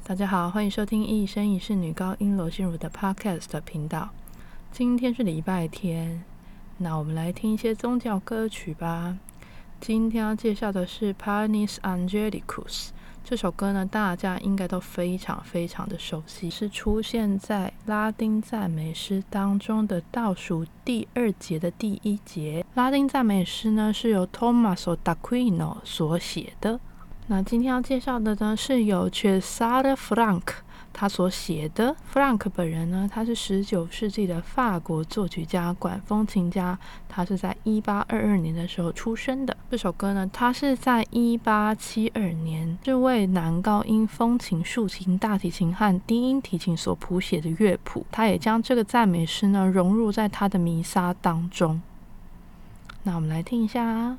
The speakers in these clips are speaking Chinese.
大家好，欢迎收听一生一世女高音罗心如的 Podcast 频道。今天是礼拜天，那我们来听一些宗教歌曲吧。今天要介绍的是 Panis Angelicus， 这首歌呢，大家应该都非常的熟悉，是出现在拉丁赞美诗当中的倒数第2节的第1节。拉丁赞美诗呢，是由 Tommaso d'Aquino 所写的。那今天要介绍的呢，是由 Cesare Franck 他所写的。Franck 本人呢，他是19世纪的法国作曲家、管风琴家，他是在1822年的时候出生的。这首歌呢，他是在1872年是为男高音风琴、竖琴、大提琴和低音提琴所谱写的乐谱，他也将这个赞美诗呢融入在他的弥撒当中。那我们来听一下啊。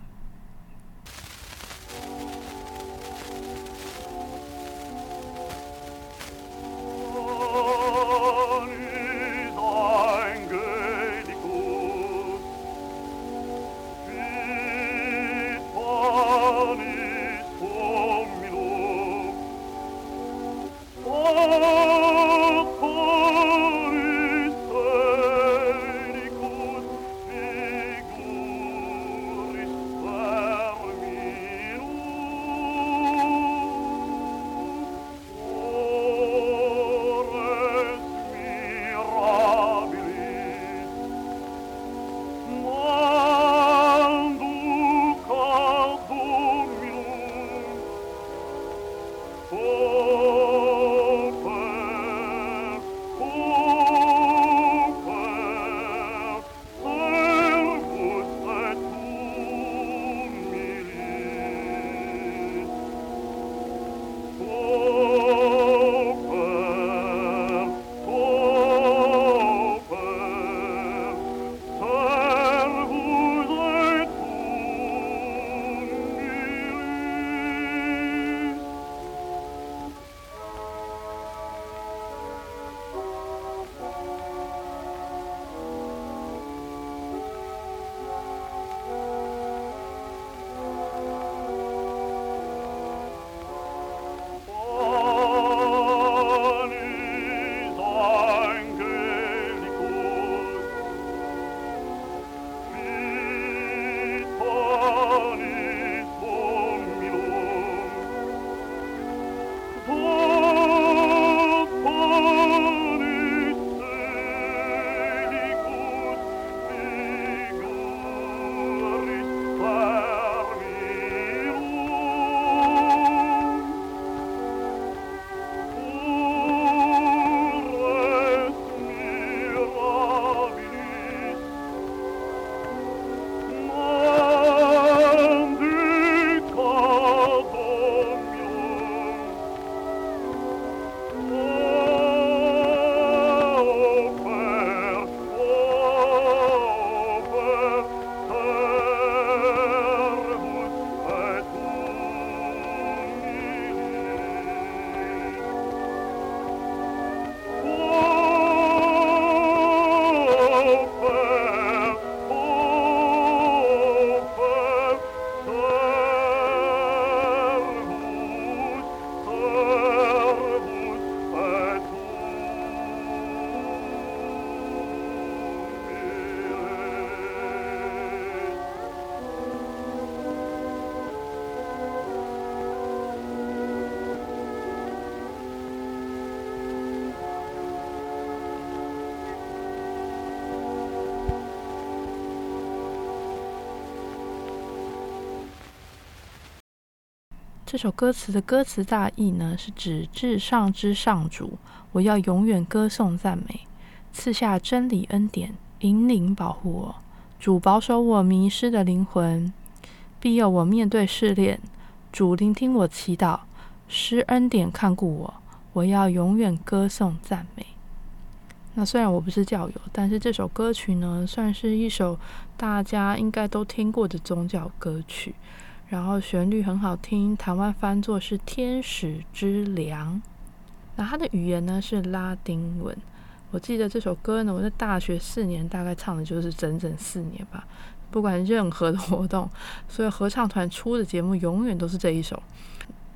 这首歌词的歌词大意呢，是指至上之上主，我要永远歌颂赞美，赐下真理恩典，引领保护我。主保守我迷失的灵魂，庇佑我面对试炼。主聆听我祈祷，施恩典看顾我，我要永远歌颂赞美。那虽然我不是教友，但是这首歌曲呢，算是一首大家应该都听过的宗教歌曲。然后旋律很好听，台湾翻作是天使之粮。那它的语言呢是拉丁文。我记得这首歌呢，我在大学4年大概唱的就是整整4年吧。不管任何的活动，所以合唱团出的节目永远都是这一首。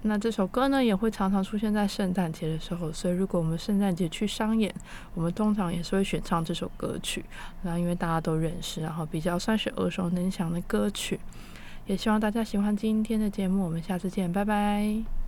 那这首歌呢也会常常出现在圣诞节的时候，所以如果我们圣诞节去商演，我们通常也是会选唱这首歌曲。那因为大家都认识，然后比较算是耳熟能详的歌曲。也希望大家喜欢今天的节目，我们下次见，拜拜。